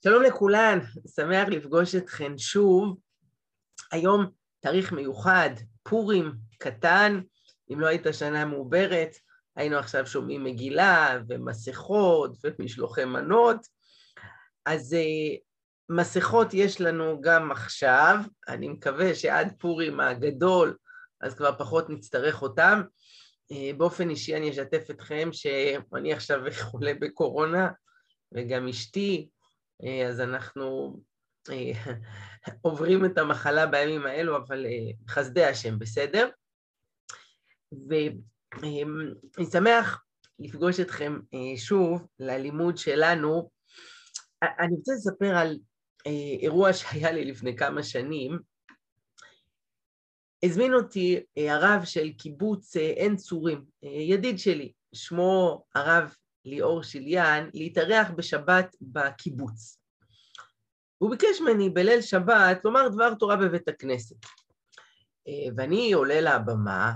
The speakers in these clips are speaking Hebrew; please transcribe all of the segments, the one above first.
שלום לכולן, שמח לפגוש אתכן שוב. היום תאריך מיוחד, פורים קטן, אם לא הייתה שנה מעוברת, היינו עכשיו שומעים מגילה ומסכות ומשלוחי מנות. אז מסכות יש לנו גם עכשיו, אני מקווה שעד פורים הגדול, אז כבר פחות נצטרך אותם. באופן אישי אני אשתף אתכם שאני עכשיו חולה בקורונה, וגם אשתי, אז אנחנו עוברים את המחלה בימים האלו, אבל חסדי השם בסדר. ואני שמח לפגוש אתכם שוב ללימוד שלנו. אני רוצה לספר על אירוע שהיה לי לפני כמה שנים. הזמין אותי הרב של קיבוץ עין צורים, ידיד שלי, שמו הרב ליאור שליאן, להתארח בשבת בקיבוץ. הוא ביקש ממני בליל שבת לומר דבר תורה בבית הכנסת. ואני עולה לבמה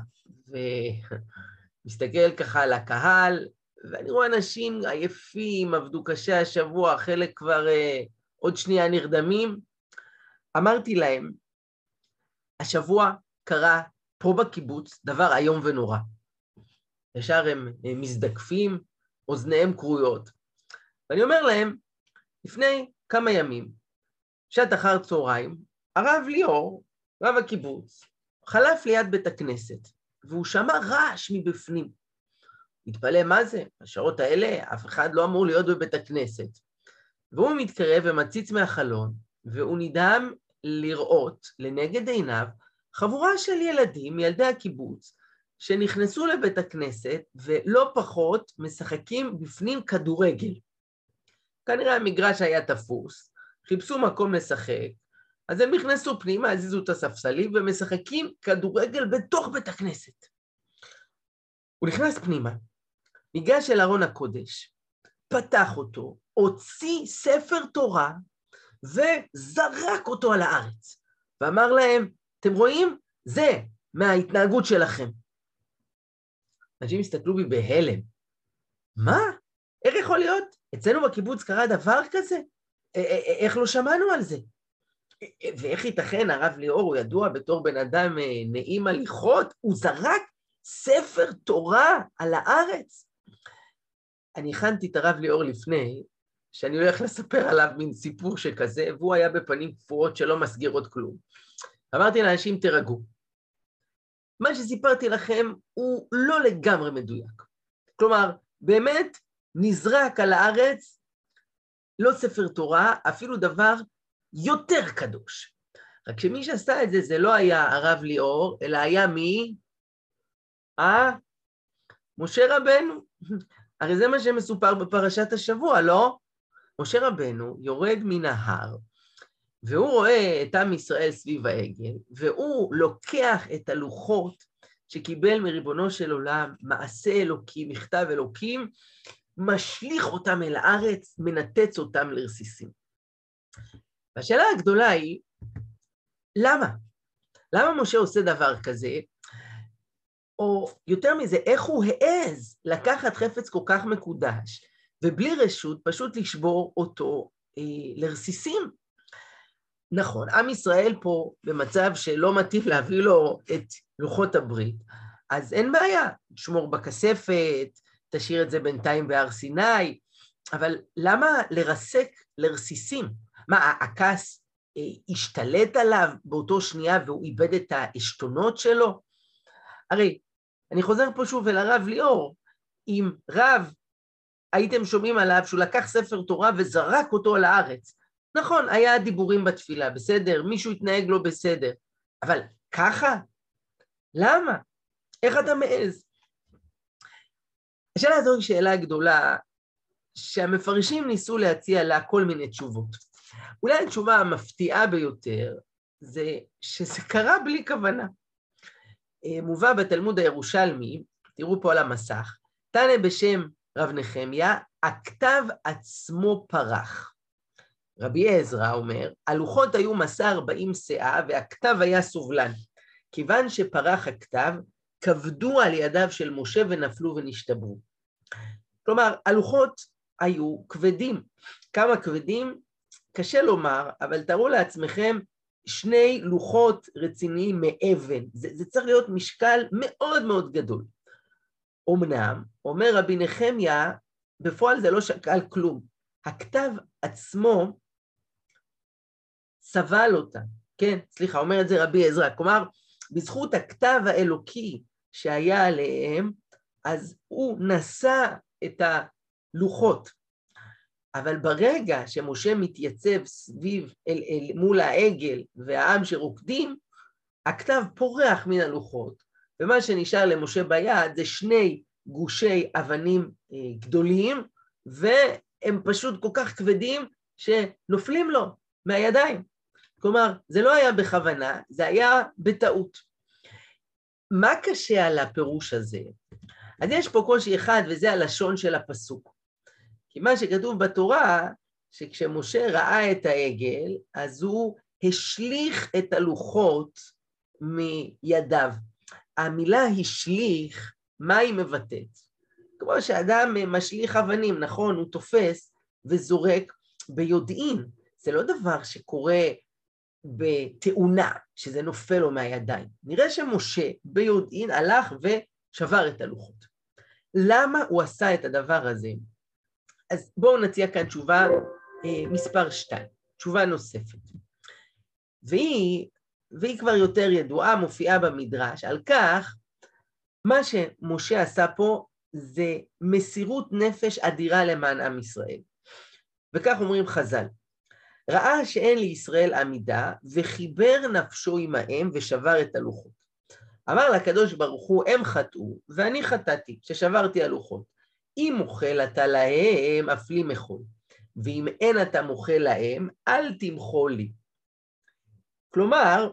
ומסתכל ככה על הקהל, ואני רואה אנשים עייפים, עבדו קשה השבוע, חלק כבר עוד שנייה נרדמים. אמרתי להם, השבוע קרה פה בקיבוץ דבר איום ונורא. ישר הם מזדקפים, אוזניהם קרויות. ואני אומר להם, לפני כמה ימים, שעת אחר צהריים, הרב ליאור, רב הקיבוץ, חלף ליד בית הכנסת, והוא שמע רעש מבפנים. התפלא מה זה? בשעות האלה אף אחד לא אמור להיות בבית הכנסת. והוא מתקרב ומציץ מהחלון, והוא נדהם לראות לנגד עיניו חבורה של ילדים, ילדי הקיבוץ, שנכנסו לבית הכנסת ולא פחות משחקים בפנים כדורגל. כנראה המגרש היה תפוס, חיפשו מקום לשחק, אז הם נכנסו פנימה, הזיזו את הספסלים ומשחקים כדורגל בתוך בית הכנסת. הוא נכנס פנימה, ניגש אל ארון הקודש, פתח אותו, הוציא ספר תורה וזרק אותו על הארץ, ואמר להם, אתם רואים? זה מההתנהגות שלכם. אנשים הסתכלו בי בהלם. מה? איך יכול להיות? אצלנו בקיבוץ קרה דבר כזה? איך לא שמענו על זה? ואיך ייתכן, הרב ליאור הוא ידוע בתור בן אדם נעים הליכות, הוא זרק ספר תורה על הארץ. אני הכנתי את הרב ליאור לפני, שאני הולך לספר עליו מין סיפור שכזה, והוא היה בפנים כפורות שלא מסגירות כלום. אמרתי לאנשים, תרגעו. מה שסיפרתי לכם הוא לא לגמרי מדויק. כלומר, באמת נזרק על הארץ, לא ספר תורה, אפילו דבר יותר קדוש. רק שמי שעשה את זה, זה לא היה הרב ליאור, אלא היה מי? משה רבנו. הרי זה מה שמסופר בפרשת השבוע, לא? משה רבנו יורד מן ההר, והוא רואה את עם ישראל סביב העגל, והוא לוקח את הלוחות שקיבל מריבונו של עולם, מעשה אלוקים, מכתב אלוקים, משליך אותם אל הארץ, מנתץ אותם לרסיסים. והשאלה הגדולה היא, למה? למה משה עושה דבר כזה? או יותר מזה, איך הוא העז לקחת חפץ כל כך מקודש, ובלי רשות פשוט לשבור אותו לרסיסים? נכון, עם ישראל פה במצב שלא מתאים להביא לו את לוחות הברית, אז אין בעיה, תשמור בכספת, תשאיר את זה בינתיים בהר סיני, אבל למה לרסק לרסיסים? מה, הכעס השתלט עליו באותו שנייה והוא איבד את העשתונות שלו? הרי, אני חוזר פה שוב אל הרב ליאור, אם רב הייתם שומעים עליו שהוא לקח ספר תורה וזרק אותו על הארץ, נכון, היה דיבורים בתפילה, בסדר, מישהו התנהג לא בסדר, אבל ככה? למה? איך אתה מעז? השאלה הזו היא שאלה גדולה, שהמפרשים ניסו להציע לה כל מיני תשובות. אולי התשובה המפתיעה ביותר, זה שזה קרה בלי כוונה. מובא בתלמוד הירושלמי, תראו פה על המסך, תנא בשם רב נחמיה, הכתב עצמו פרח. רבי עזרא אומר, הלוחות היו מסע 40 שאה והכתב היה סובלן. כיוון שפרח הכתב, כבדו על ידיו של משה ונפלו ונשתברו. כלומר, הלוחות היו כבדים. כמה כבדים? קשה לומר, אבל תראו לעצמכם 2 לוחות רציניים מאבן. זה צריך להיות משקל מאוד מאוד גדול. אמנם, אומר רבי נחמיה, בפועל זה לא שקל כלום. הכתב עצמו סבל אותה. כן, סליחה, אומר את זה רבי עזרא. כלומר, בזכות הכתב האלוקי שהיה עליהם, אז הוא נשא את הלוחות. אבל ברגע שמשה מתייצב סביב מול העגל והעם שרוקדים, הכתב פורח מן הלוחות, ומה שנשאר למשה ביד זה 2 גושי אבנים גדולים, והם פשוט כל כך כבדים שנופלים לו מהידיים. כלומר, זה לא היה בכוונה, זה היה בטעות. מה קשה על הפירוש הזה? אז יש פה קושי אחד, וזה הלשון של הפסוק. כי מה שכתוב בתורה, שכשמשה ראה את העגל, אז הוא השליך את הלוחות מידיו. המילה השליך, מה היא מבטאת? כמו שאדם משליך אבנים, נכון? הוא תופס וזורק ביודעין. זה לא דבר שקורה בתאונה, שזה נופל לו מהידיים. נראה שמשה ביודעין הלך ושבר את הלוחות. למה הוא עשה את הדבר הזה? אז בואו נציע כאן תשובה מספר 2, תשובה נוספת. והיא כבר יותר ידועה, מופיעה במדרש, על כך, מה שמשה עשה פה זה מסירות נפש אדירה למען עם ישראל. וכך אומרים חז"ל, ראה שאין לישראל עמידה, וחיבר נפשו עמהם ושבר את הלוחות. אמר לקדוש ברוך הוא, הם חטאו, ואני חטאתי, ששברתי הלוחות. אם מוכל אתה להם, אף לי מחול. ואם אין אתה מוכל להם, אל תמחול לי. כלומר,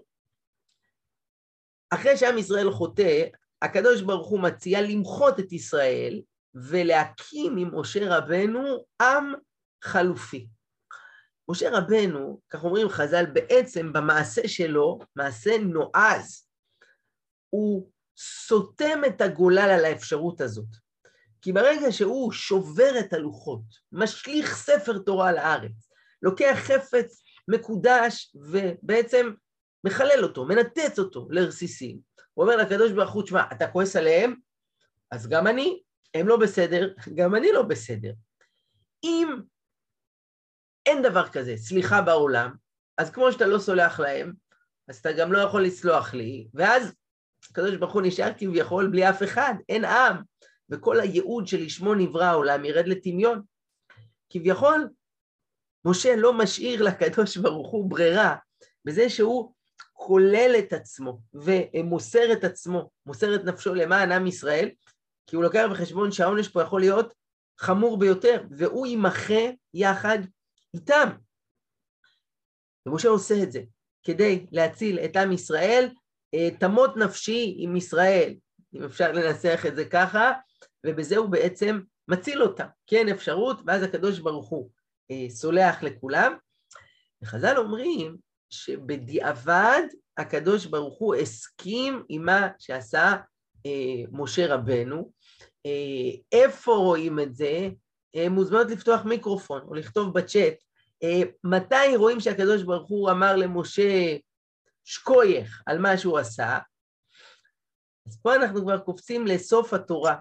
אחרי שעם ישראל חוטא, הקדוש ברוך הוא מציע למחות את ישראל, ולהקים עם משה רבנו עם חלופי. משה רבנו, כך אומרים חז"ל, בעצם במעשה שלו, מעשה נועז, הוא סותם את הגולל על האפשרות הזאת. כי ברגע שהוא שובר את הלוחות, משליך ספר תורה על הארץ, לוקח חפץ מקודש ובעצם מחלל אותו, מנתץ אותו לרסיסים, הוא אומר לקדוש ברוך הוא, תשמע, אתה כועס עליהם? אז גם אני, הם לא בסדר, גם אני לא בסדר. אם אין דבר כזה, סליחה בעולם, אז כמו שאתה לא סולח להם, אז אתה גם לא יכול לסלוח לי, ואז הקדוש ברוך הוא נשאר כביכול בלי אף אחד, אין עם, וכל הייעוד שלשמו נברא העולם ירד לטמיון. כביכול, משה לא משאיר לקדוש ברוך הוא ברירה, בזה שהוא כולל את עצמו, ומוסר את עצמו, מוסר את נפשו למען עם ישראל, כי הוא לוקח בחשבון שהעונש פה יכול להיות חמור ביותר, והוא ימחה יחד איתם. ומשה עושה את זה, כדי להציל את עם ישראל, תמות נפשי עם ישראל, אם אפשר לנסח את זה ככה, ובזה הוא בעצם מציל אותה, כן, אפשרות, ואז הקדוש ברוך הוא סולח לכולם. וחז"ל אומרים שבדיעבד הקדוש ברוך הוא הסכים עם מה שעשה משה רבנו. איפה רואים את זה? מוזמנות לפתוח מיקרופון או לכתוב בצ'אט. מתי רואים שהקדוש ברוך הוא אמר למשה שקוייך על מה שהוא עשה? אז פה אנחנו כבר קופצים לסוף התורה.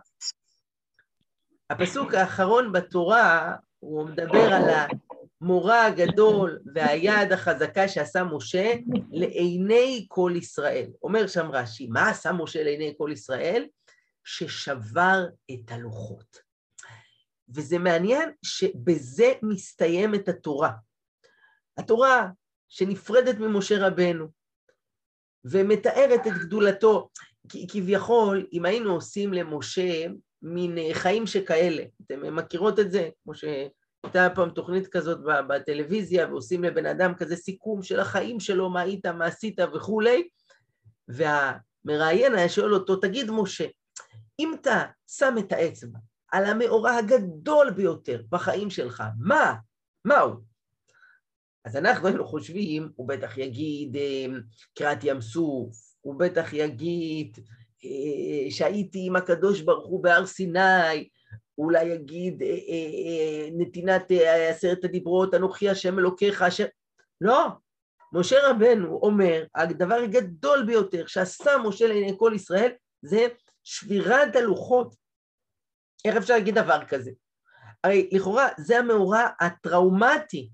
הפסוק האחרון בתורה, הוא מדבר על המורא הגדול והיד החזקה שעשה משה לעיני כל ישראל. אומר שם רש"י, מה עשה משה לעיני כל ישראל? ששבר את הלוחות. וזה מעניין שבזה מסתיימת התורה. התורה שנפרדת ממשה רבנו, ומתארת את גדולתו, כביכול, אם היינו עושים למשה מין חיים שכאלה, אתם מכירות את זה? כמו שהייתה פעם תוכנית כזאת בטלוויזיה, ועושים לבן אדם כזה סיכום של החיים שלו, מה היית, מה עשית וכולי, והמראיין היה שואל אותו, תגיד משה, אם אתה שם את האצבע על המאורע הגדול ביותר בחיים שלך, מהו? אז אנחנו היינו חושבים, הוא בטח יגיד קריעת ים סוף, הוא בטח יגיד שהייתי עם הקדוש ברוך הוא בהר סיני, אולי יגיד נתינת 10 הדיברות, אנוכי השם אלוקיך, אשר... לא, משה רבנו אומר, הדבר הגדול ביותר שעשה משה לעיני כל ישראל, זה שבירת הלוחות. איך אפשר להגיד דבר כזה? הרי לכאורה זה המאורע הטראומטי,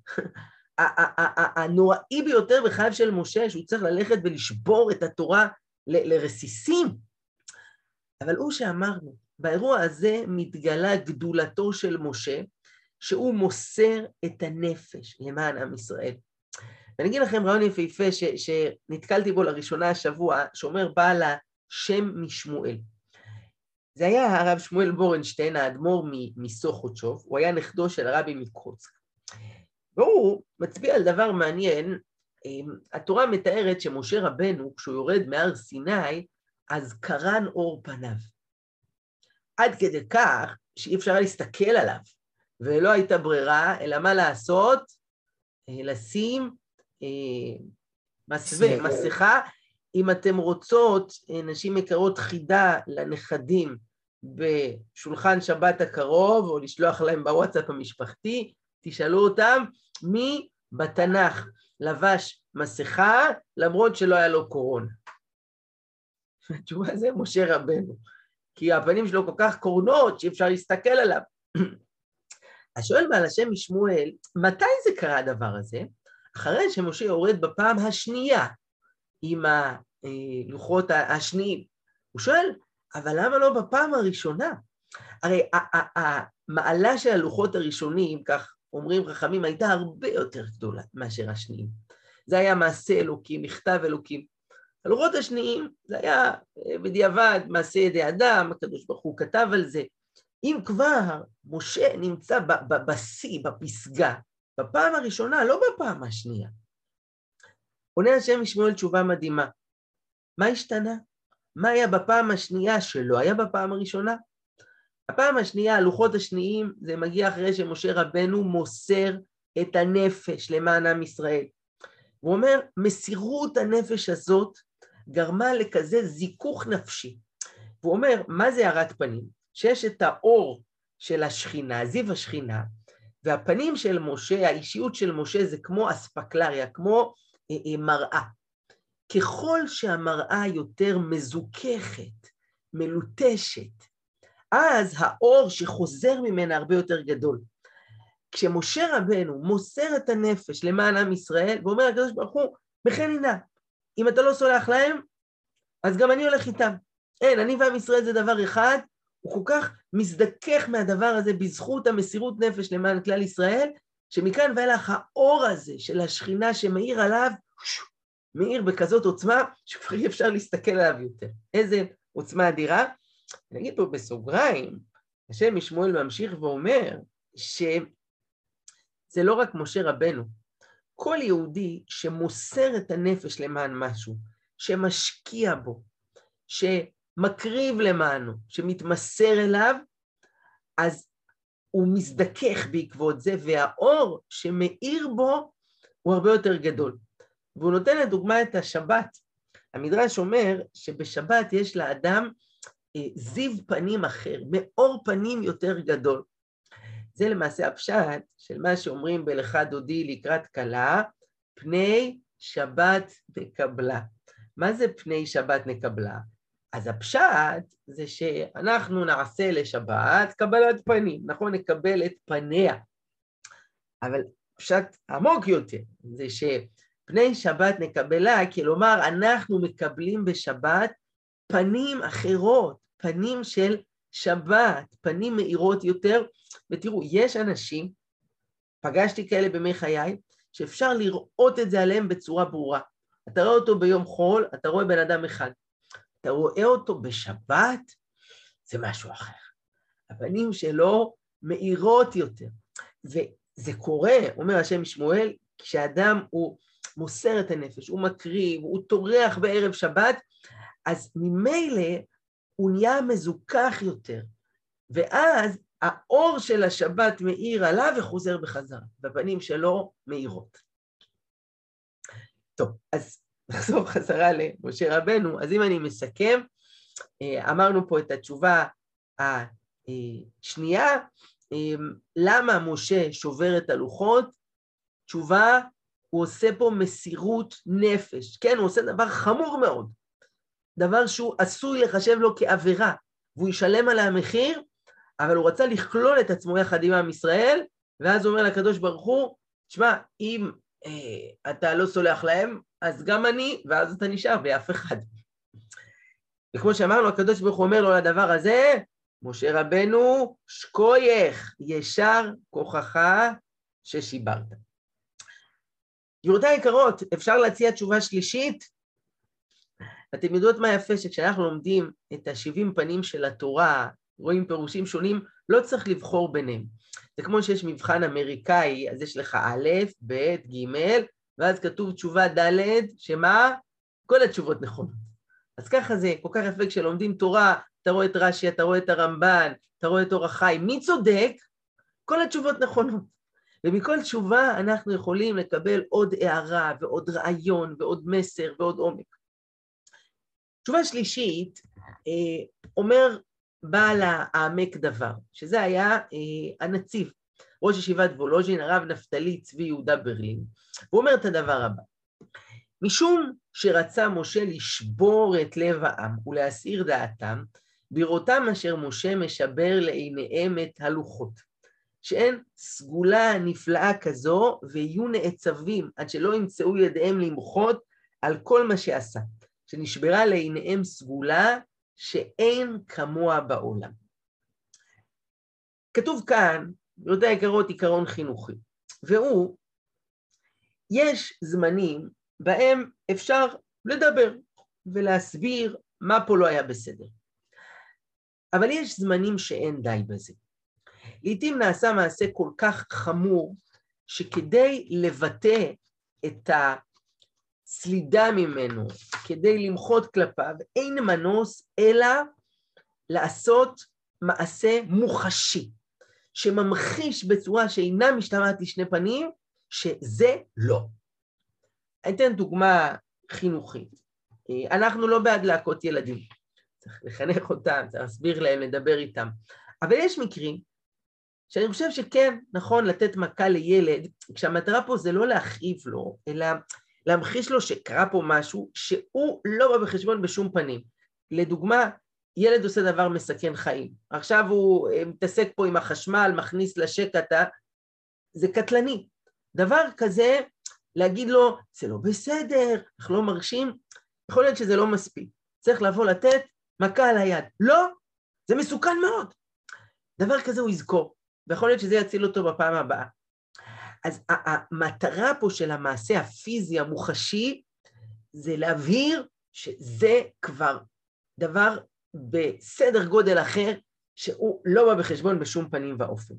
הנוראי ביותר בחייו של משה, שהוא צריך ללכת ולשבור את התורה לרסיסים. אבל הוא שאמרנו, באירוע הזה מתגלה גדולתו של משה, שהוא מוסר את הנפש למען עם ישראל. ואני אגיד לכם רעיון יפהפה שנתקלתי בו לראשונה השבוע, שאומר בעל השם משמואל. זה היה הרב שמואל בורנשטיין, האדמו"ר מסוכותשוב, הוא היה נכדו של הרבי מקוצק. והוא מצביע על דבר מעניין, התורה מתארת שמשה רבנו, כשהוא יורד מהר סיני, אז קרן אור פניו. עד כדי כך שאי אפשר להסתכל עליו, ולא הייתה ברירה, אלא מה לעשות? לשים מסכה. אם אתם רוצות, נשים יקרות חידה לנכדים בשולחן שבת הקרוב, או לשלוח להם בוואטסאפ המשפחתי, תשאלו אותם מי בתנ"ך לבש מסכה, למרות שלא היה לו קורונה. התשובה זה משה רבנו, כי הפנים שלו כל כך קורנות שאי אפשר להסתכל עליו. אז שואל בעל השם משמואל, מתי זה קרה הדבר הזה? אחרי שמשה יורד בפעם השנייה עם הלוחות השניים. הוא שואל, אבל למה לא בפעם הראשונה? הרי המעלה של הלוחות הראשונים, כך אומרים חכמים, הייתה הרבה יותר גדולה מאשר השניים. זה היה מעשה אלוקים, מכתב אלוקים. הלוחות השניים, זה היה בדיעבד מעשה ידי אדם, הקדוש ברוך הוא כתב על זה. אם כבר משה נמצא בשיא, בפסגה, בפעם הראשונה, לא בפעם השנייה. עונה השם משמואל תשובה מדהימה. מה השתנה? מה היה בפעם השנייה שלא היה בפעם הראשונה? הפעם השנייה, הלוחות השניים, זה מגיע אחרי שמשה רבנו מוסר את הנפש למען עם ישראל. הוא אומר, מסירות הנפש הזאת גרמה לכזה זיכוך נפשי. והוא אומר, מה זה הארת פנים? שיש את האור של השכינה, זיו השכינה, והפנים של משה, האישיות של משה זה כמו אספקלריה, כמו מראה. ככל שהמראה יותר מזוככת, מלוטשת, אז האור שחוזר ממנה הרבה יותר גדול. כשמשה רבנו מוסר את הנפש למען עם ישראל, ואומר הקדוש ברוך הוא, בכן הנה, אם אתה לא סולח להם, אז גם אני הולך איתם. אין, אני ועם ישראל זה דבר אחד, הוא כל כך מזדכך מהדבר הזה בזכות המסירות נפש למען כלל ישראל, שמכאן ואילך האור הזה של השכינה שמאיר עליו, מאיר בכזאת עוצמה, שכבר אי אפשר להסתכל עליו יותר. איזה עוצמה אדירה. אני אגיד פה בסוגריים, השם משמואל ממשיך ואומר, שזה לא רק משה רבנו, כל יהודי שמוסר את הנפש למען משהו, שמשקיע בו, שמקריב למענו, שמתמסר אליו, אז הוא מזדכך בעקבות זה, והאור שמאיר בו הוא הרבה יותר גדול. והוא נותן לדוגמה את השבת. המדרש אומר שבשבת יש לאדם זיו פנים אחר, מאור פנים יותר גדול. זה למעשה הפשט של מה שאומרים בלך דודי לקראת כלה, פני שבת נקבלה. מה זה פני שבת נקבלה? אז הפשט זה שאנחנו נעשה לשבת קבלת פנים, נכון? נקבל את פניה. אבל פשט עמוק יותר, זה שפני שבת נקבלה, כלומר אנחנו מקבלים בשבת פנים אחרות, פנים של שבת, פנים מאירות יותר, ותראו, יש אנשים, פגשתי כאלה בימי חיי, שאפשר לראות את זה עליהם בצורה ברורה. אתה רואה אותו ביום חול, אתה רואה בן אדם אחד. אתה רואה אותו בשבת, זה משהו אחר. הפנים שלו מאירות יותר. וזה קורה, אומר השם משמואל, כשאדם הוא מוסר את הנפש, הוא מקריב, הוא טורח בערב שבת, אז ממילא הוא נהיה מזוכח יותר. ואז האור של השבת מאיר עליו וחוזר בחזרה, בפנים שלו מאירות. טוב, אז נחזור חזרה למשה רבנו. אז אם אני מסכם, אמרנו פה את התשובה שנייה, למה משה שובר את הלוחות? תשובה, הוא עושה פה מסירות נפש, כן, הוא עושה דבר חמור מאוד, דבר שהוא עשוי לחשב לו כעבירה, והוא ישלם עליה המחיר, אבל הוא רצה לכלול את עצמו יחד עם עם ישראל, ואז הוא אומר לקדוש ברוך הוא, תשמע, אם אתה לא סולח להם, אז גם אני, ואז אתה נשאר באף אחד. וכמו שאמרנו, הקדוש ברוך הוא אומר לו לדבר הזה, משה רבנו, שקוייך, ישר כוחך ששיברת. גבירותיי היקרות, אפשר להציע תשובה שלישית? אתם יודעות מה יפה, שכשאנחנו לומדים את ה-70 פנים של התורה, רואים פירושים שונים, לא צריך לבחור ביניהם. זה כמו שיש מבחן אמריקאי, אז יש לך א', ב', ג', ואז כתוב תשובה ד', שמה? כל התשובות נכונות. אז ככה זה, כל כך יפה כשלומדים תורה, אתה רואה את רש"י, אתה רואה את הרמב"ן, אתה רואה את אור החיים, מי צודק? כל התשובות נכונות. ומכל תשובה אנחנו יכולים לקבל עוד הערה ועוד רעיון ועוד מסר ועוד עומק. תשובה שלישית, אומר בעל העמק דבר, שזה היה הנציב, ראש ישיבת וולוז'ין, הרב נפתלי צבי יהודה ברלין. הוא אומר את הדבר הבא, משום שרצה משה לשבור את לב העם ולהסעיר דעתם, בראותם אשר משה משבר לעיניהם את הלוחות, שאין סגולה נפלאה כזו, ויהיו נעצבים עד שלא ימצאו ידיהם למחות על כל מה שעשה, שנשברה לעיניהם סגולה שאין כמוה בעולם. כתוב כאן, גבירותיי היקרות, עיקרון חינוכי, והוא, יש זמנים בהם אפשר לדבר ולהסביר מה פה לא היה בסדר. אבל יש זמנים שאין די בזה. לעתים נעשה מעשה כל כך חמור, שכדי לבטא את הסלידה ממנו, כדי למחות כלפיו, אין מנוס אלא לעשות מעשה מוחשי, שממחיש בצורה שאינה משתמעת לשני פנים, שזה לא. אני אתן דוגמה חינוכית. אנחנו לא בעד להכות ילדים. צריך לחנך אותם, צריך להסביר להם, לדבר איתם. אבל יש מקרים שאני חושב שכן, נכון לתת מכה לילד, כשהמטרה פה זה לא להכאיב לו, אלא להמחיש לו שקרה פה משהו שהוא לא בא בחשבון בשום פנים. לדוגמה, ילד עושה דבר מסכן חיים. עכשיו הוא מתעסק פה עם החשמל, מכניס לשקטה, זה קטלני. דבר כזה, להגיד לו, זה לא בסדר, אנחנו לא מרשים, יכול להיות שזה לא מספיק. צריך לבוא לתת מכה על היד. לא, זה מסוכן מאוד. דבר כזה הוא יזכור, ויכול להיות שזה יציל אותו בפעם הבאה. אז המטרה פה של המעשה הפיזי המוחשי, זה להבהיר שזה כבר דבר בסדר גודל אחר, שהוא לא בא בחשבון בשום פנים ואופן.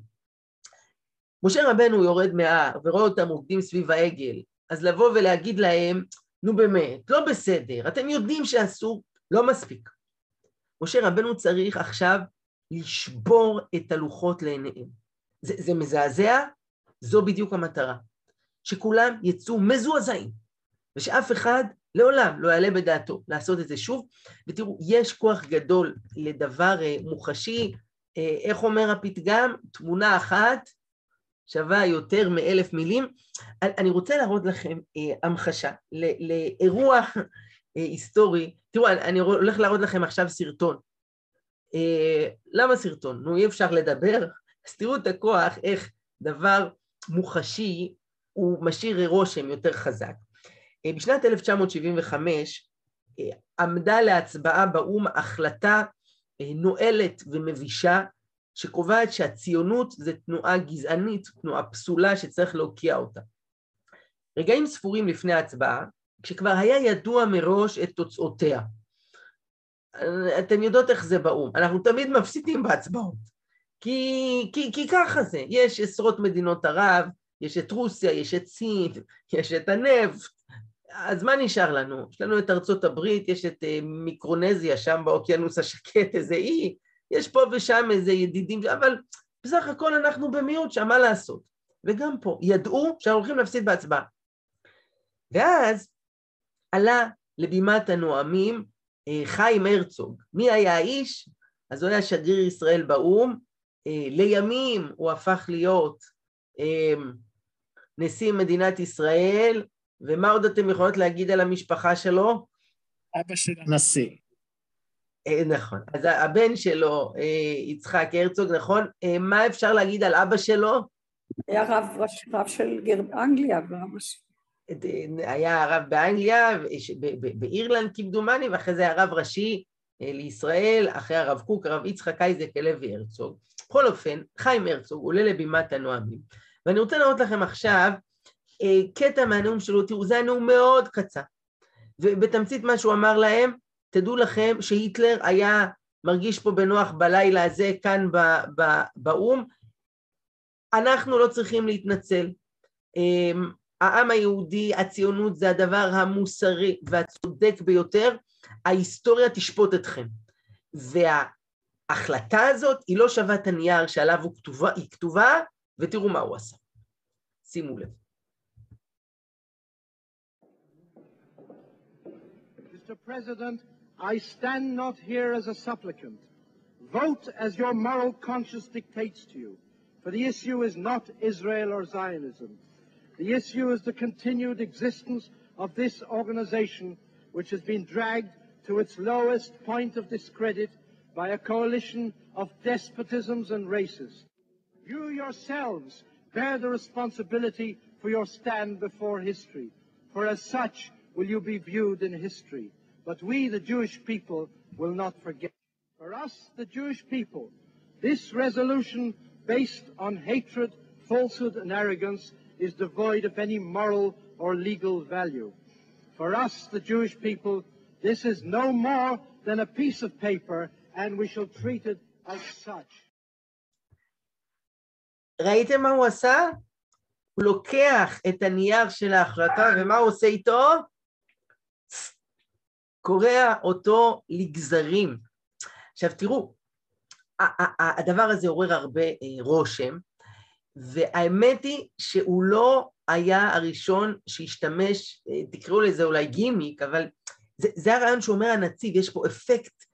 משה רבנו יורד מההר ורואה אותם עובדים סביב העגל, אז לבוא ולהגיד להם, נו באמת, לא בסדר, אתם יודעים שאסור, לא מספיק. משה רבנו צריך עכשיו לשבור את הלוחות לעיניהם. זה מזעזע, זו בדיוק המטרה. שכולם יצאו מזועזעים, ושאף אחד לעולם לא יעלה בדעתו לעשות את זה שוב, ותראו, יש כוח גדול לדבר מוחשי, איך אומר הפתגם? תמונה אחת שווה יותר מ1,000 מילים. אני רוצה להראות לכם המחשה לאירוע היסטורי. תראו, אני הולך להראות לכם עכשיו סרטון. למה סרטון? נו, אי אפשר לדבר? אז תראו את הכוח, איך דבר מוחשי הוא משאיר רושם יותר חזק. בשנת 1975 עמדה להצבעה באום החלטה נואלת ומבישה, שקובעת שהציונות זה תנועה גזענית, תנועה פסולה שצריך להוקיע אותה. רגעים ספורים לפני ההצבעה, כשכבר היה ידוע מראש את תוצאותיה. אתם יודעות איך זה באום, אנחנו תמיד מפסידים בהצבעות, כי ככה זה, יש עשרות מדינות ערב, יש את רוסיה, יש את סין, יש את הנפט, אז מה נשאר לנו? יש לנו את ארצות הברית, יש את מיקרונזיה, שם באוקיינוס השקט, איזה אי, יש פה ושם איזה ידידים, אבל בסך הכל אנחנו במיעוט שם, מה לעשות? וגם פה, ידעו שאנחנו הולכים להפסיד בהצבעה. ואז עלה לבימת הנואמים חיים הרצוג. מי היה האיש? אז הוא היה שגריר ישראל באו"ם, לימים הוא הפך להיות נשיא מדינת ישראל, ומה עוד אתם יכולות להגיד על המשפחה שלו? אבא של הנשיא. נכון, אז הבן שלו, יצחק הרצוג, נכון? מה אפשר להגיד על אבא שלו? היה רב של אנגליה, היה רב באנגליה, באירלנד כמדומני, ואחרי זה היה רב ראשי לישראל, אחרי הרב קוק, הרב יצחק אייזק הלוי הרצוג. בכל אופן, חיים הרצוג עולה לבימת הנואמים, ואני רוצה לראות לכם עכשיו קטע מהנאום שלו. תראו, זה הנאום מאוד קצר, ובתמצית מה שהוא אמר להם, תדעו לכם שהיטלר היה מרגיש פה בנוח בלילה הזה כאן באו"ם, אנחנו לא צריכים להתנצל, העם היהודי, הציונות זה הדבר המוסרי והצודק ביותר, ההיסטוריה תשפוט אתכם, וההחלטה הזאת היא לא שווה את הנייר שעליו היא כתובה, ותראו מה הוא עשה. שימו לב. Mr. President, I stand not here as a supplicant. Vote as your moral conscience dictates to you, for the issue is not Israel or Zionism. The issue is the continued existence of this organization, which has been dragged to its lowest point of discredit by a coalition of despotisms and races. You yourselves bear the responsibility for your stand before history, for as such will you be viewed in history. But we, the Jewish people, will not forget. For us, the Jewish people, this resolution based on hatred, falsehood, and arrogance is devoid of any moral or legal value. For us, the Jewish people, this is no more than a piece of paper, and we shall treat it as such. ראיתם מה הוא עשה? הוא לוקח את הנייר של ההחלטה, ומה הוא עושה איתו? קורע אותו לגזרים. עכשיו תראו, הדבר הזה עורר הרבה רושם, והאמת היא שהוא לא היה הראשון שהשתמש, תקראו לזה אולי גימיק, אבל זה הרעיון שאומר הנציב, יש פה אפקט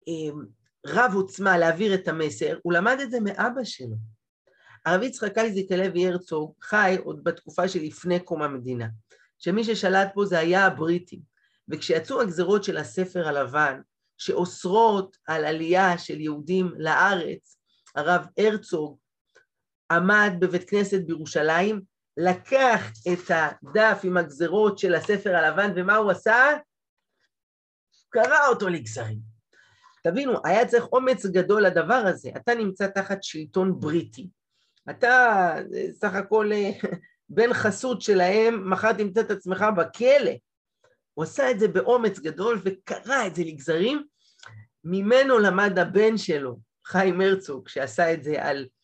רב עוצמה להעביר את המסר, הוא למד את זה מאבא שלו. הרב יצחק אייזק הלוי הרצוג חי עוד בתקופה שלפני קום המדינה, שמי ששלט פה זה היה הבריטים, וכשיצאו הגזרות של הספר הלבן, שאוסרות על עלייה של יהודים לארץ, הרב הרצוג עמד בבית כנסת בירושלים, לקח את הדף עם הגזרות של הספר הלבן, ומה הוא עשה? קרא אותו לגזרים. תבינו, היה צריך אומץ גדול לדבר הזה, אתה נמצא תחת שלטון בריטי, אתה סך הכל בן חסות שלהם, מחר תמצא את עצמך בכלא, הוא עשה את זה באומץ גדול וקרא את זה לגזרים, ממנו למד הבן שלו, חיים הרצוג, שעשה את זה על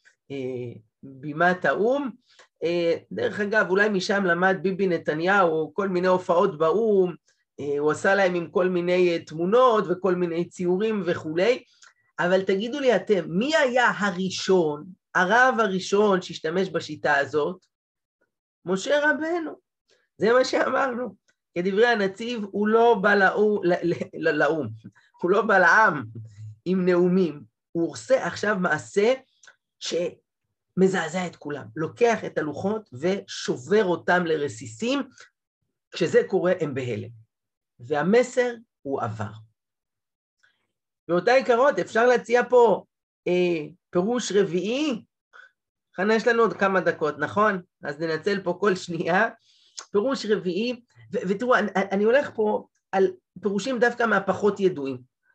בימת האו"ם, דרך אגב, אולי משם למד ביבי נתניהו, כל מיני הופעות באו"ם, הוא עשה להם עם כל מיני תמונות וכל מיני ציורים וכולי, אבל תגידו לי אתם, מי היה הראשון, הרב הראשון שהשתמש בשיטה הזאת? משה רבנו, זה מה שאמרנו. כדברי הנציב, הוא לא בא לאו"ם, הוא לא בא לעם עם נאומים, הוא עושה עכשיו מעשה שמזעזע את כולם, לוקח את הלוחות ושובר אותם לרסיסים, כשזה קורה הם בהלם, והמסר הוא עבר. באותה עיקרות אפשר להציע פה פירוש רביעי, חנה יש לנו עוד כמה דקות, נכון? אז ננצל פה כל שנייה, פירוש רביעי, ותראו, אני הולך פה על פירושים דווקא מהפחות ידועים,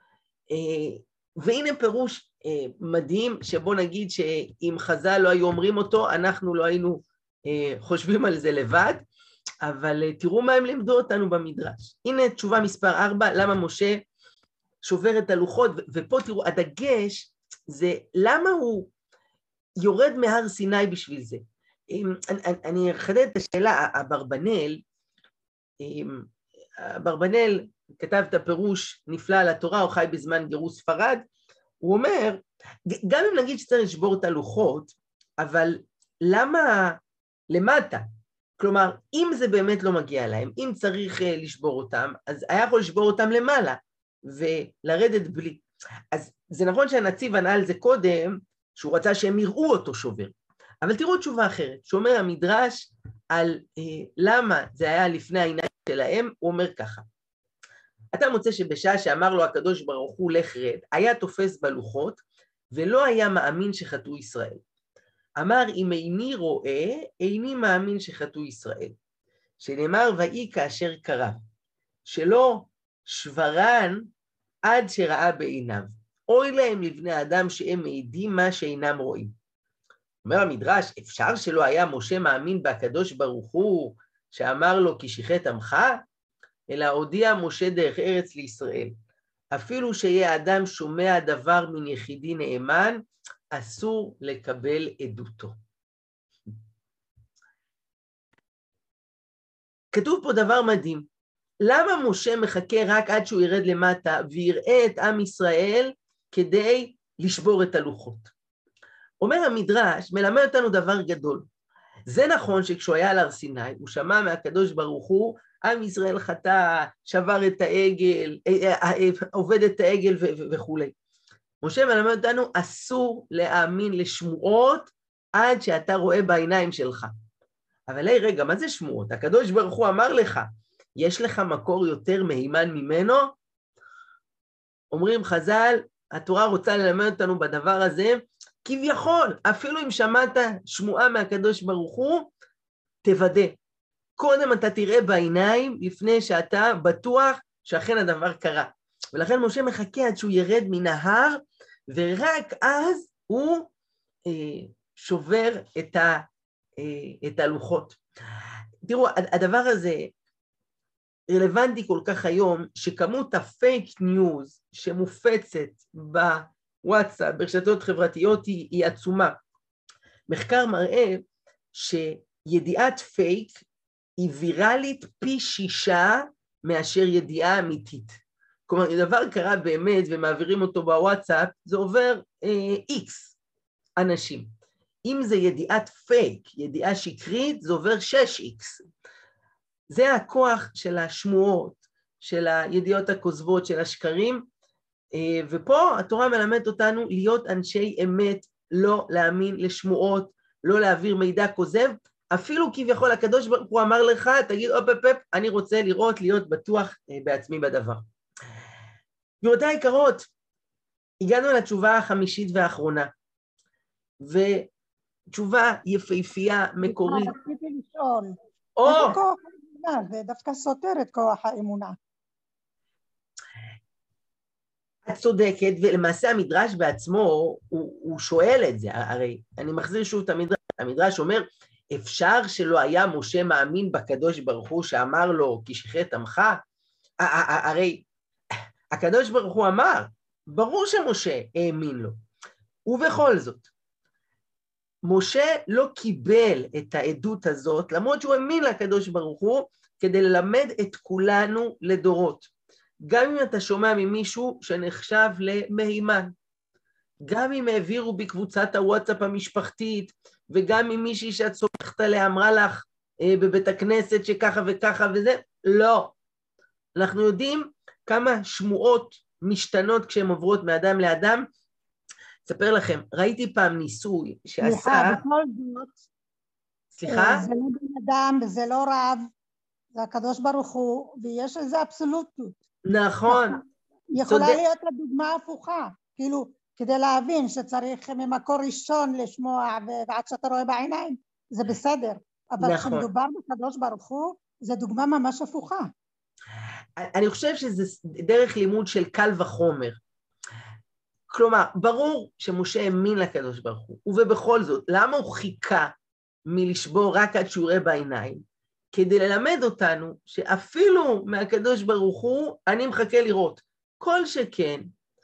והנה פירוש מדהים, שבוא נגיד שאם חז"ל לא היו אומרים אותו, אנחנו לא היינו חושבים על זה לבד, אבל תראו מה הם לימדו אותנו במדרש. הנה תשובה מספר 4, למה משה שובר את הלוחות, ופה תראו, הדגש זה למה הוא יורד מהר סיני בשביל זה. אני אחדד את השאלה, אברבנאל כתב את הפירוש נפלא על התורה, הוא חי בזמן גירוש ספרד, הוא אומר, גם אם נגיד שצריך לשבור את הלוחות, אבל למה למטה? כלומר, אם זה באמת לא מגיע להם, אם צריך לשבור אותם, אז היה יכול לשבור אותם למעלה, ולרדת בלי. אז זה נכון שהנציב ענה על זה קודם, שהוא רצה שהם יראו אותו שובר. אבל תראו תשובה אחרת, שאומר המדרש על למה זה היה לפני העיניים שלהם, הוא אומר ככה. אתה מוצא שבשעה שאמר לו הקדוש ברוך הוא לך רד, היה תופס בלוחות, ולא היה מאמין שחטאו ישראל. אמר, אם איני רואה, איני מאמין שחטאו ישראל. שנאמר, ויהי כאשר קרא, שלא שברן עד שראה בעיניו. אוי להם לבני אדם שהם מעידים מה שאינם רואים. אומר המדרש, אפשר שלא היה משה מאמין בהקדוש ברוך הוא, שאמר לו כי שיחת עמך? אלא הודיע משה דרך ארץ לישראל. אפילו שיהיה אדם שומע דבר מן יחידי נאמן, אסור לקבל עדותו. כתוב פה דבר מדהים. למה משה מחכה רק עד שהוא ירד למטה ויראה את עם ישראל כדי לשבור את הלוחות? אומר המדרש, מלמד אותנו דבר גדול. זה נכון שכשהוא היה על הר סיני, הוא שמע מהקדוש ברוך הוא, עם ישראל חטא, שבר את העגל, עובד את העגל וכו'. משה מלמד אותנו, אסור להאמין לשמועות עד שאתה רואה בעיניים שלך. אבל היי, רגע, מה זה שמועות? הקדוש ברוך הוא אמר לך, יש לך מקור יותר מהימן ממנו? אומרים חז"ל, התורה רוצה ללמד אותנו בדבר הזה, כביכול, אפילו אם שמעת שמועה מהקדוש ברוך הוא, תוודא. קודם אתה תראה בעיניים, לפני שאתה בטוח שאכן הדבר קרה. ולכן משה מחכה עד שהוא ירד מן ההר, ורק אז הוא שובר את הלוחות. תראו, הדבר הזה רלוונטי כל כך היום, שכמות הפייק ניוז שמופצת בוואטסאפ, ברשתות חברתיות, היא עצומה. מחקר מראה שידיעת פייק היא ויראלית פי 6 מאשר ידיעה אמיתית. כלומר, אם דבר קרה באמת ומעבירים אותו בוואטסאפ, זה עובר X אנשים. אם זה ידיעת פייק, ידיעה שקרית, זה עובר 6X. זה הכוח של השמועות, של הידיעות הכוזבות, של השקרים, ופה התורה מלמדת אותנו להיות אנשי אמת, לא להאמין לשמועות, לא להעביר מידע כוזב, אפילו כביכול הקדוש ברוך הוא אמר לך, תגיד, אני רוצה לראות, להיות בטוח בעצמי בדבר. גבירותיי היקרות, הגענו לתשובה החמישית והאחרונה, ותשובה יפהפייה, מקורית. רציתי לשאול, איפה כוח האמונה? זה דווקא סותר את כוח האמונה. את צודקת, ולמעשה המדרש בעצמו, הוא שואל את זה, הרי אני מחזיר שוב את המדרש, המדרש אומר, אפשר שלא היה משה מאמין בקדוש ברוך הוא שאמר לו, כי שיחת עמך? הרי הקדוש ברוך הוא אמר, ברור שמשה האמין לו, ובכל זאת, משה לא קיבל את העדות הזאת, למרות שהוא האמין לקדוש ברוך הוא, כדי ללמד את כולנו לדורות. גם אם אתה שומע ממישהו שנחשב למהימן, גם אם העבירו בקבוצת הוואטסאפ המשפחתית, וגם אם מישהי שאת סומכת עליה אמרה לך בבית הכנסת שככה וככה וזה, לא. אנחנו יודעים כמה שמועות משתנות כשהן עוברות מאדם לאדם. אספר לכם, ראיתי פעם ניסוי שעשה... בכל זאת. סליחה? זה לא בן אדם וזה לא רב, זה הקדוש ברוך הוא, ויש איזו אבסולוטיות. נכון. יכולה להיות הדוגמה הפוכה, כאילו, כדי להבין שצריך ממקור ראשון לשמוע ועד שאתה רואה בעיניים, זה בסדר. אבל כשמדובר בקדוש ברוך הוא, זה דוגמה ממש הפוכה. אני חושב שזה דרך לימוד של קל וחומר. כלומר, ברור שמשה האמין לקדוש ברוך הוא, ובכל זאת, למה הוא חיכה מלשבור רק עד שהוא יראה בעיניים? כדי ללמד אותנו שאפילו מהקדוש ברוך הוא, אני מחכה לראות. כל שכן,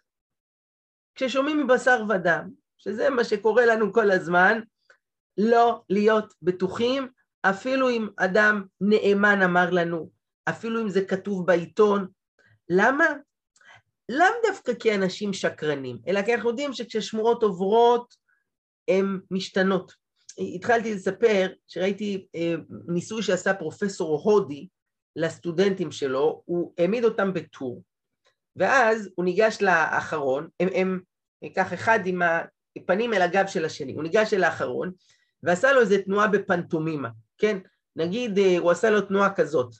כששומעים מבשר ודם, שזה מה שקורה לנו כל הזמן, לא להיות בטוחים, אפילו אם אדם נאמן אמר לנו, אפילו אם זה כתוב בעיתון. למה? לאו דווקא כי אנשים שקרנים, אלא כי אנחנו יודעים שכששמועות עוברות, הן משתנות. התחלתי לספר שראיתי ניסוי שעשה פרופסור הודי לסטודנטים שלו, הוא העמיד אותם בטור, ואז הוא ניגש לאחרון, הם כך אחד עם הפנים אל הגב של השני, הוא ניגש אל האחרון, ועשה לו איזו תנועה בפנטומימה, כן? נגיד, הוא עשה לו תנועה כזאת,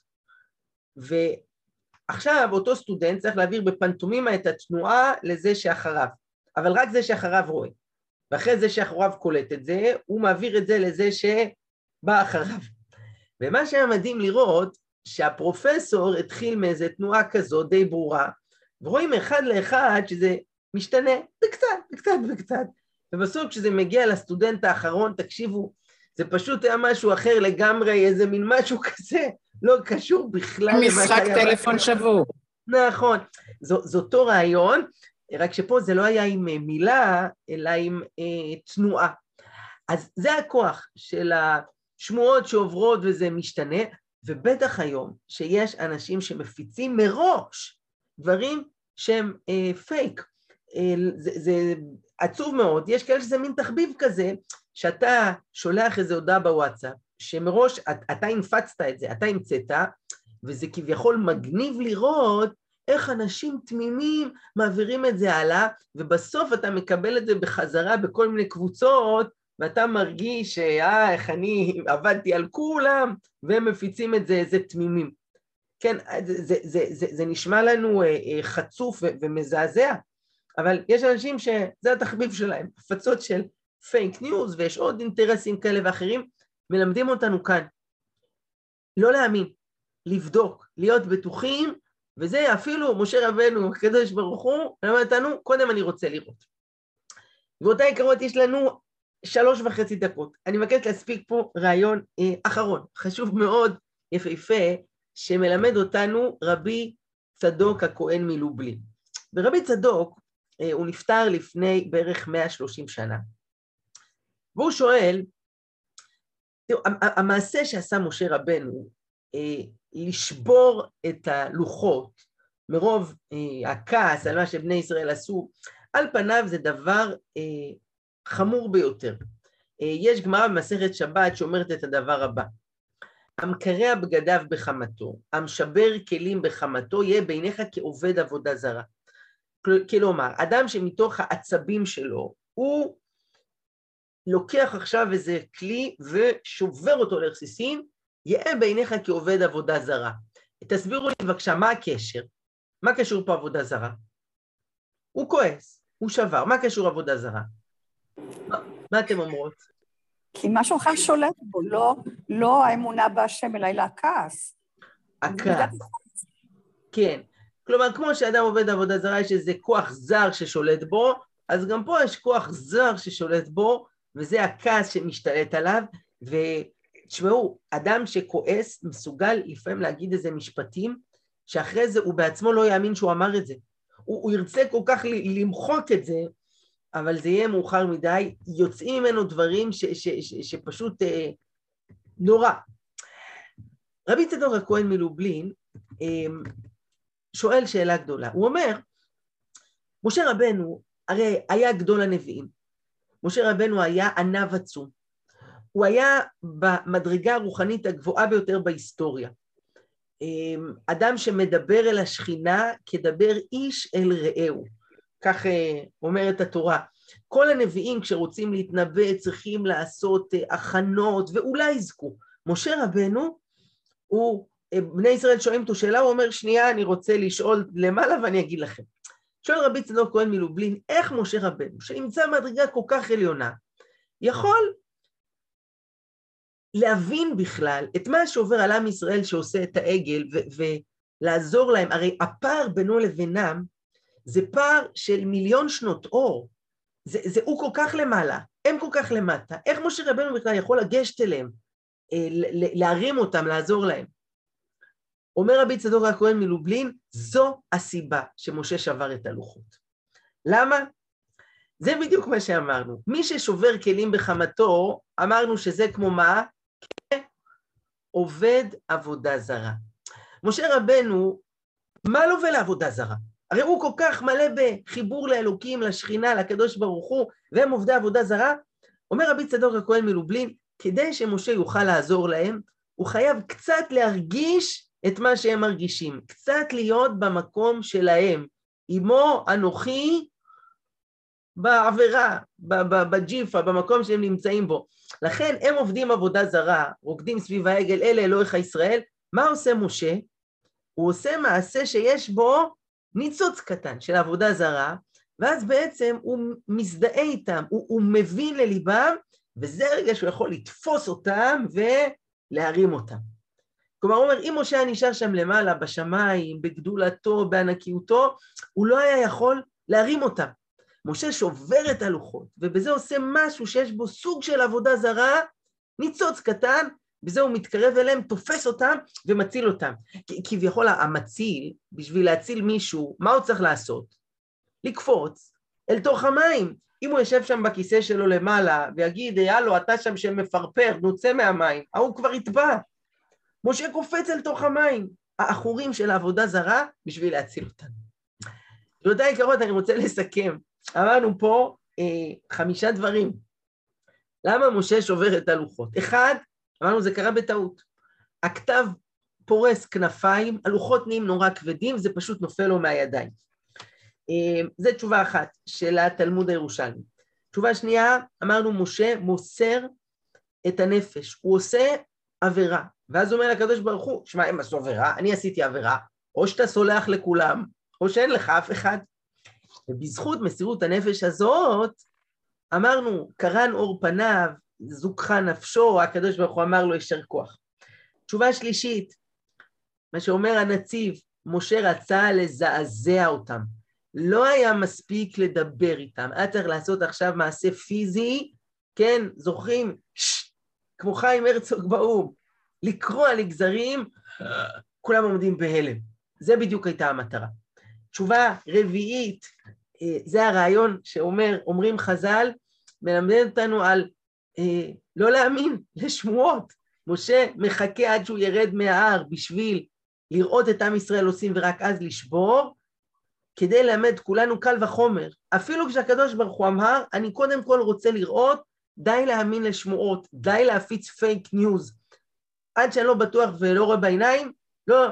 ועכשיו אותו סטודנט צריך להעביר בפנטומימה את התנועה לזה שאחריו, אבל רק זה שאחריו רואה, ואחרי זה שאחריו קולט את זה, הוא מעביר את זה לזה שבא אחריו. ומה שהיה מדהים לראות, שהפרופסור התחיל מאיזו תנועה כזאת די ברורה, ורואים אחד לאחד שזה משתנה בקצת, ובסוף כשזה מגיע לסטודנט האחרון, תקשיבו, זה פשוט היה משהו אחר לגמרי, איזה מין משהו כזה, לא קשור בכלל. משחק טלפון שבור. נכון, זה אותו רעיון, רק שפה זה לא היה עם מילה, אלא עם תנועה. אז זה הכוח של השמועות שעוברות וזה משתנה, ובטח היום שיש אנשים שמפיצים מראש דברים שהם פייק. זה עצוב מאוד, יש כאלה שזה מין תחביב כזה, שאתה שולח איזו הודעה בוואטסאפ, שמראש אתה הנפצת את זה, אתה המצאת, וזה כביכול מגניב לראות איך אנשים תמימים מעבירים את זה הלאה, ובסוף אתה מקבל את זה בחזרה בכל מיני קבוצות, ואתה מרגיש איך אני עבדתי על כולם, והם מפיצים את זה איזה תמימים. כן, זה נשמע לנו חצוף ומזעזע, אבל יש אנשים שזה התחביב שלהם, הפצות של פייק ניוז, ויש עוד אינטרסים כאלה ואחרים, מלמדים אותנו כאן. לא להאמין, לבדוק, להיות בטוחים, וזה אפילו משה רבנו, הקדוש ברוך הוא, למד אותנו, קודם אני רוצה לראות. ואותה עיקרות יש לנו 3.5 דקות. אני מבקש להספיק פה רעיון אחרון, חשוב מאוד, יפהפה, שמלמד אותנו רבי צדוק הכהן מלובלין. ורבי צדוק, הוא נפטר לפני בערך 130 שנה. והוא שואל, המעשה שעשה משה רבנו, לשבור את הלוחות, מרוב הכעס על מה שבני ישראל עשו, על פניו זה דבר חמור ביותר. יש גמרא במסכת שבת שאומרת את הדבר הבא, המקרע בגדיו בחמתו, המשבר כלים בחמתו, יהיה בעיניך כעובד עבודה זרה. כלומר, אדם שמתוך העצבים שלו, הוא לוקח עכשיו איזה כלי ושובר אותו לרסיסים, יהיה בעיניך כעובד עבודה זרה. תסבירו לי בבקשה, מה הקשר? מה קשור פה עבודה זרה? הוא כועס, הוא שבר, מה קשור עבודה זרה? מה אתם אומרות? כי משהו אחר שולט בו, לא האמונה בהשם, אלא הכעס. הכעס. כן. כלומר, כמו שאדם עובד עבודה זרה, יש איזה כוח זר ששולט בו, אז גם פה יש כוח זר ששולט בו, וזה הכעס שמשתלט עליו, ותשמעו, אדם שכועס מסוגל לפעמים להגיד איזה משפטים, שאחרי זה הוא בעצמו לא יאמין שהוא אמר את זה. הוא ירצה כל כך למחוק את זה, אבל זה יהיה מאוחר מדי, יוצאים ממנו דברים שפשוט נורא. רבי צדוק הכהן מלובלין שואל שאלה גדולה. הוא אומר, משה רבנו הרי היה גדול הנביאים. משה רבנו היה ענב עצום. הוא היה במדרגה הרוחנית הגבוהה ביותר בהיסטוריה. אדם שמדבר אל השכינה כדבר איש אל רעהו. כך אומרת התורה. כל הנביאים כשרוצים להתנבא צריכים לעשות הכנות ואולי יזכו. משה רבנו, בני ישראל שואלים אותו שאלה, הוא אומר שנייה אני רוצה לשאול למעלה ואני אגיד לכם. שואל רבי צדוק כהן מלובלין, איך משה רבנו שנמצא מדרגה כל כך עליונה, יכול להבין בכלל את מה שעובר על עם ישראל שעושה את העגל ולעזור להם, הרי הפער בינו לבינם, זה פער של 1,000,000 שנות אור, הוא כל כך למעלה, הם כל כך למטה, איך משה רבנו בכלל יכול לגשת אליהם, להרים אותם, לעזור להם? אומר רבי צדוק הכהן מלובלין, זו הסיבה שמשה שבר את הלוחות. למה? זה בדיוק מה שאמרנו, מי ששובר כלים בחמתו, אמרנו שזה כמו מה? עובד עבודה זרה. משה רבנו, מה לו ולעבודה זרה? הרי הוא כל כך מלא בחיבור לאלוקים, לשכינה, לקדוש ברוך הוא, והם עובדי עבודה זרה. אומר רבי צדוק הכהן מלובלין, כדי שמשה יוכל לעזור להם, הוא חייב קצת להרגיש את מה שהם מרגישים, קצת להיות במקום שלהם, אמו אנוכי בעבירה, בג'יפה, במקום שהם נמצאים בו. לכן הם עובדים עבודה זרה, רוקדים סביב העגל, אלה אלוהיך ישראל. מה עושה משה? הוא עושה מעשה שיש בו ניצוץ קטן של עבודה זרה, ואז בעצם הוא מזדהה איתם, הוא מבין לליבם, וזה רגע שהוא יכול לתפוס אותם ולהרים אותם. כלומר, הוא אומר, אם משה נשאר שם למעלה, בשמיים, בגדולתו, בענקיותו, הוא לא היה יכול להרים אותם. משה שובר את הלוחות, ובזה עושה משהו שיש בו סוג של עבודה זרה, ניצוץ קטן, בזה הוא מתקרב אליהם, תופס אותם ומציל אותם. כביכול המציל, בשביל להציל מישהו, מה הוא צריך לעשות? לקפוץ אל תוך המים. אם הוא יושב שם בכיסא שלו למעלה, ויגיד, יאללה, אתה שם שמפרפר, נוצא מהמים, הוא כבר יטבע. משה קופץ אל תוך המים, האחורים של העבודה זרה, בשביל להציל אותנו. תודה יקרות, אני רוצה לסכם. אמרנו פה 5 דברים. למה משה שובר את הלוחות? 1, אמרנו, זה קרה בטעות. הכתב פורס כנפיים, הלוחות נהיים נורא כבדים, זה פשוט נופל לו מהידיים. זו תשובה אחת של התלמוד הירושלמי. תשובה שנייה, אמרנו, משה מוסר את הנפש, הוא עושה עבירה, ואז הוא אומר לקדוש ברוך הוא, שמע, הם עשו עבירה, אני עשיתי עבירה, או שאתה סולח לכולם, או שאין לך אף אחד. ובזכות מסירות הנפש הזאת, אמרנו, קרן אור פניו, זוכחה נפשו, הקדוש ברוך הוא אמר לו, ישר כוח. תשובה שלישית, מה שאומר הנציב, משה רצה לזעזע אותם. לא היה מספיק לדבר איתם, היה צריך לעשות עכשיו מעשה פיזי, כן, זוכרים, כמו חיים הרצוג באום, לקרוע לגזרים, כולם עומדים בהלם. זה בדיוק הייתה המטרה. תשובה רביעית, זה הרעיון אומרים חז"ל, מלמד אותנו על לא להאמין לשמועות. משה מחכה עד שהוא ירד מההר בשביל לראות את עם ישראל עושים ורק אז לשבור, כדי ללמד כולנו קל וחומר. אפילו כשהקדוש ברוך הוא אמר, אני קודם כל רוצה לראות, די להאמין לשמועות, די להפיץ פייק ניוז. עד שאני לא בטוח ולא רואה בעיניים, לא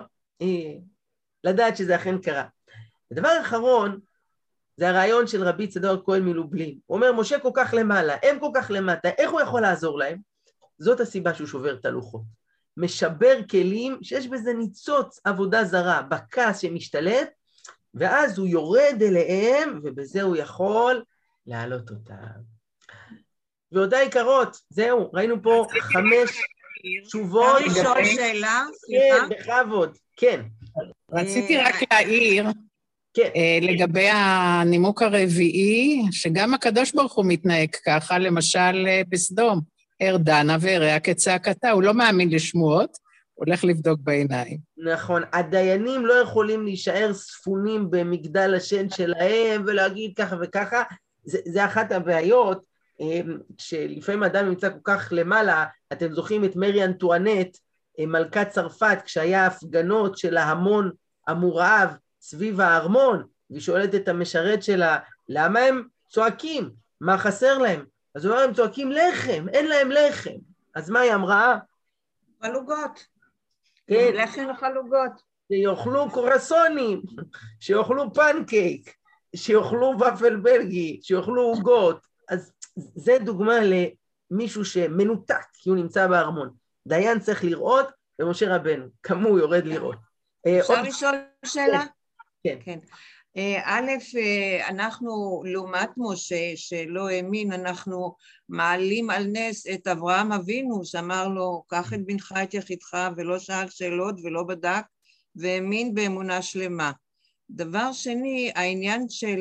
לדעת שזה אכן קרה. הדבר האחרון, זה הרעיון של רבי צדוק כהן מלובלין. הוא אומר, משה כל כך למעלה, הם כל כך למטה, איך הוא יכול לעזור להם? זאת הסיבה שהוא שובר את הלוחות. משבר כלים שיש בזה ניצוץ עבודה זרה, בכעס שמשתלט, ואז הוא יורד אליהם, ובזה הוא יכול להעלות אותם. ועודה יקרות, זהו, ראינו פה 5 תשובות. אפשר לשאול שאלה? סליחה? כן, בכבוד, כן. רציתי רק להעיר, כן. לגבי הנימוק הרביעי, שגם הקדוש ברוך הוא מתנהג ככה, למשל בסדום, ארדנה והרע כצעקתה, הוא לא מאמין לשמועות, הולך לבדוק בעיניים. נכון, הדיינים לא יכולים להישאר ספונים במגדל השן שלהם, ולהגיד ככה וככה, זה אחת הבעיות, שלפעמים אדם נמצא כל כך למעלה, אתם זוכרים את מרי אנטואנט, מלכת צרפת, כשהיה הפגנות של ההמון המורעב סביב הארמון, והיא שואלת את המשרת שלה, למה הם צועקים? מה חסר להם? אז הוא אומר, הם צועקים לחם, אין להם לחם. אז מה היא אמרה? חלוגות. כן. לחם וחלוגות. שיאכלו קורסונים, שיאכלו פנקייק, שיאכלו ופל בלגי, שיאכלו עוגות. אז זה דוגמה למישהו שמנותק, כי הוא נמצא בארמון. דיין צריך לראות, ומשה רבנו, כמו יורד לראות. אפשר לשאול שאלה? כן. כן. א', אנחנו, לעומת משה, שלא האמין, אנחנו מעלים על נס את אברהם אבינו, שאמר לו, קח את בנך את יחידך, ולא שאל שאלות ולא בדק, והאמין באמונה שלמה. דבר שני, העניין של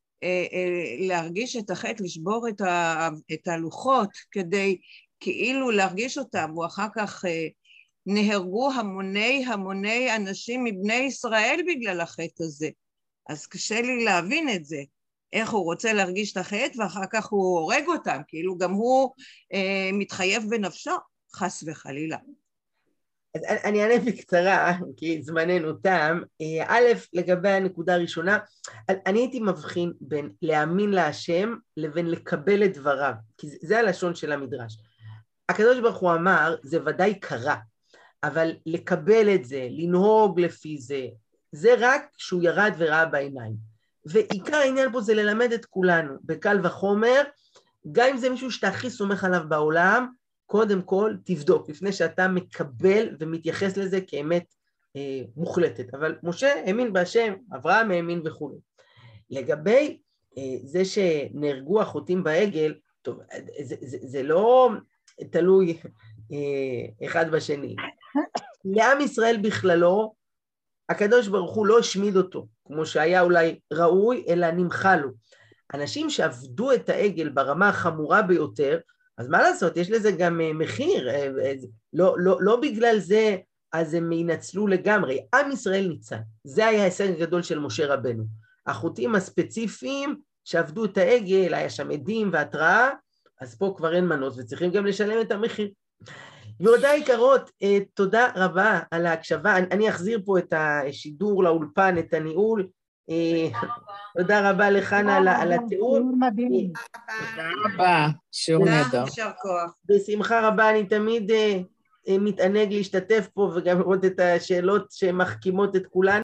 להרגיש את החטא, לשבור את הלוחות, כדי כאילו להרגיש אותם, ואחר כך נהרגו המוני אנשים מבני ישראל בגלל החטא הזה. אז קשה לי להבין את זה, איך הוא רוצה להרגיש את החטא, ואחר כך הוא הורג אותם, כאילו גם הוא מתחייב בנפשו, חס וחלילה. אז אני אענה בקצרה, כי זמננו תם. א', לגבי הנקודה הראשונה, אני הייתי מבחין בין להאמין להשם לבין לקבל את דבריו, כי זה הלשון של המדרש. הקדוש ברוך הוא אמר, זה ודאי קרה, אבל לקבל את זה, לנהוג לפי זה, זה רק שהוא ירד וראה בעיניים. ועיקר העניין פה זה ללמד את כולנו, בקל וחומר, גם אם זה מישהו שאתה הכי סומך עליו בעולם, קודם כל תבדוק, לפני שאתה מקבל ומתייחס לזה כאמת מוחלטת. אבל משה האמין בהשם, אברהם האמין וכו'. לגבי זה שנהרגו החוטאים בעגל, טוב, זה לא תלוי אחד בשני. לעם ישראל בכללו, הקדוש ברוך הוא לא השמיד אותו, כמו שהיה אולי ראוי, אלא נמחה לו. אנשים שעבדו את העגל ברמה החמורה ביותר, אז מה לעשות? יש לזה גם מחיר, לא בגלל זה אז הם ינצלו לגמרי. עם ישראל ניצל, זה היה ההישג הגדול של משה רבנו. החוטאים הספציפיים שעבדו את העגל, היה שם עדים והתראה, אז פה כבר אין מנוס, וצריכים גם לשלם את המחיר. יהודה יקרות, תודה רבה על ההקשבה, אני אחזיר פה את השידור לאולפן, את הניהול, תודה רבה לחנה על התיאור. תודה רבה, שיעור נהדר. בשמחה רבה, אני תמיד מתענג להשתתף פה, וגם לראות את השאלות שמחכימות את כולנו.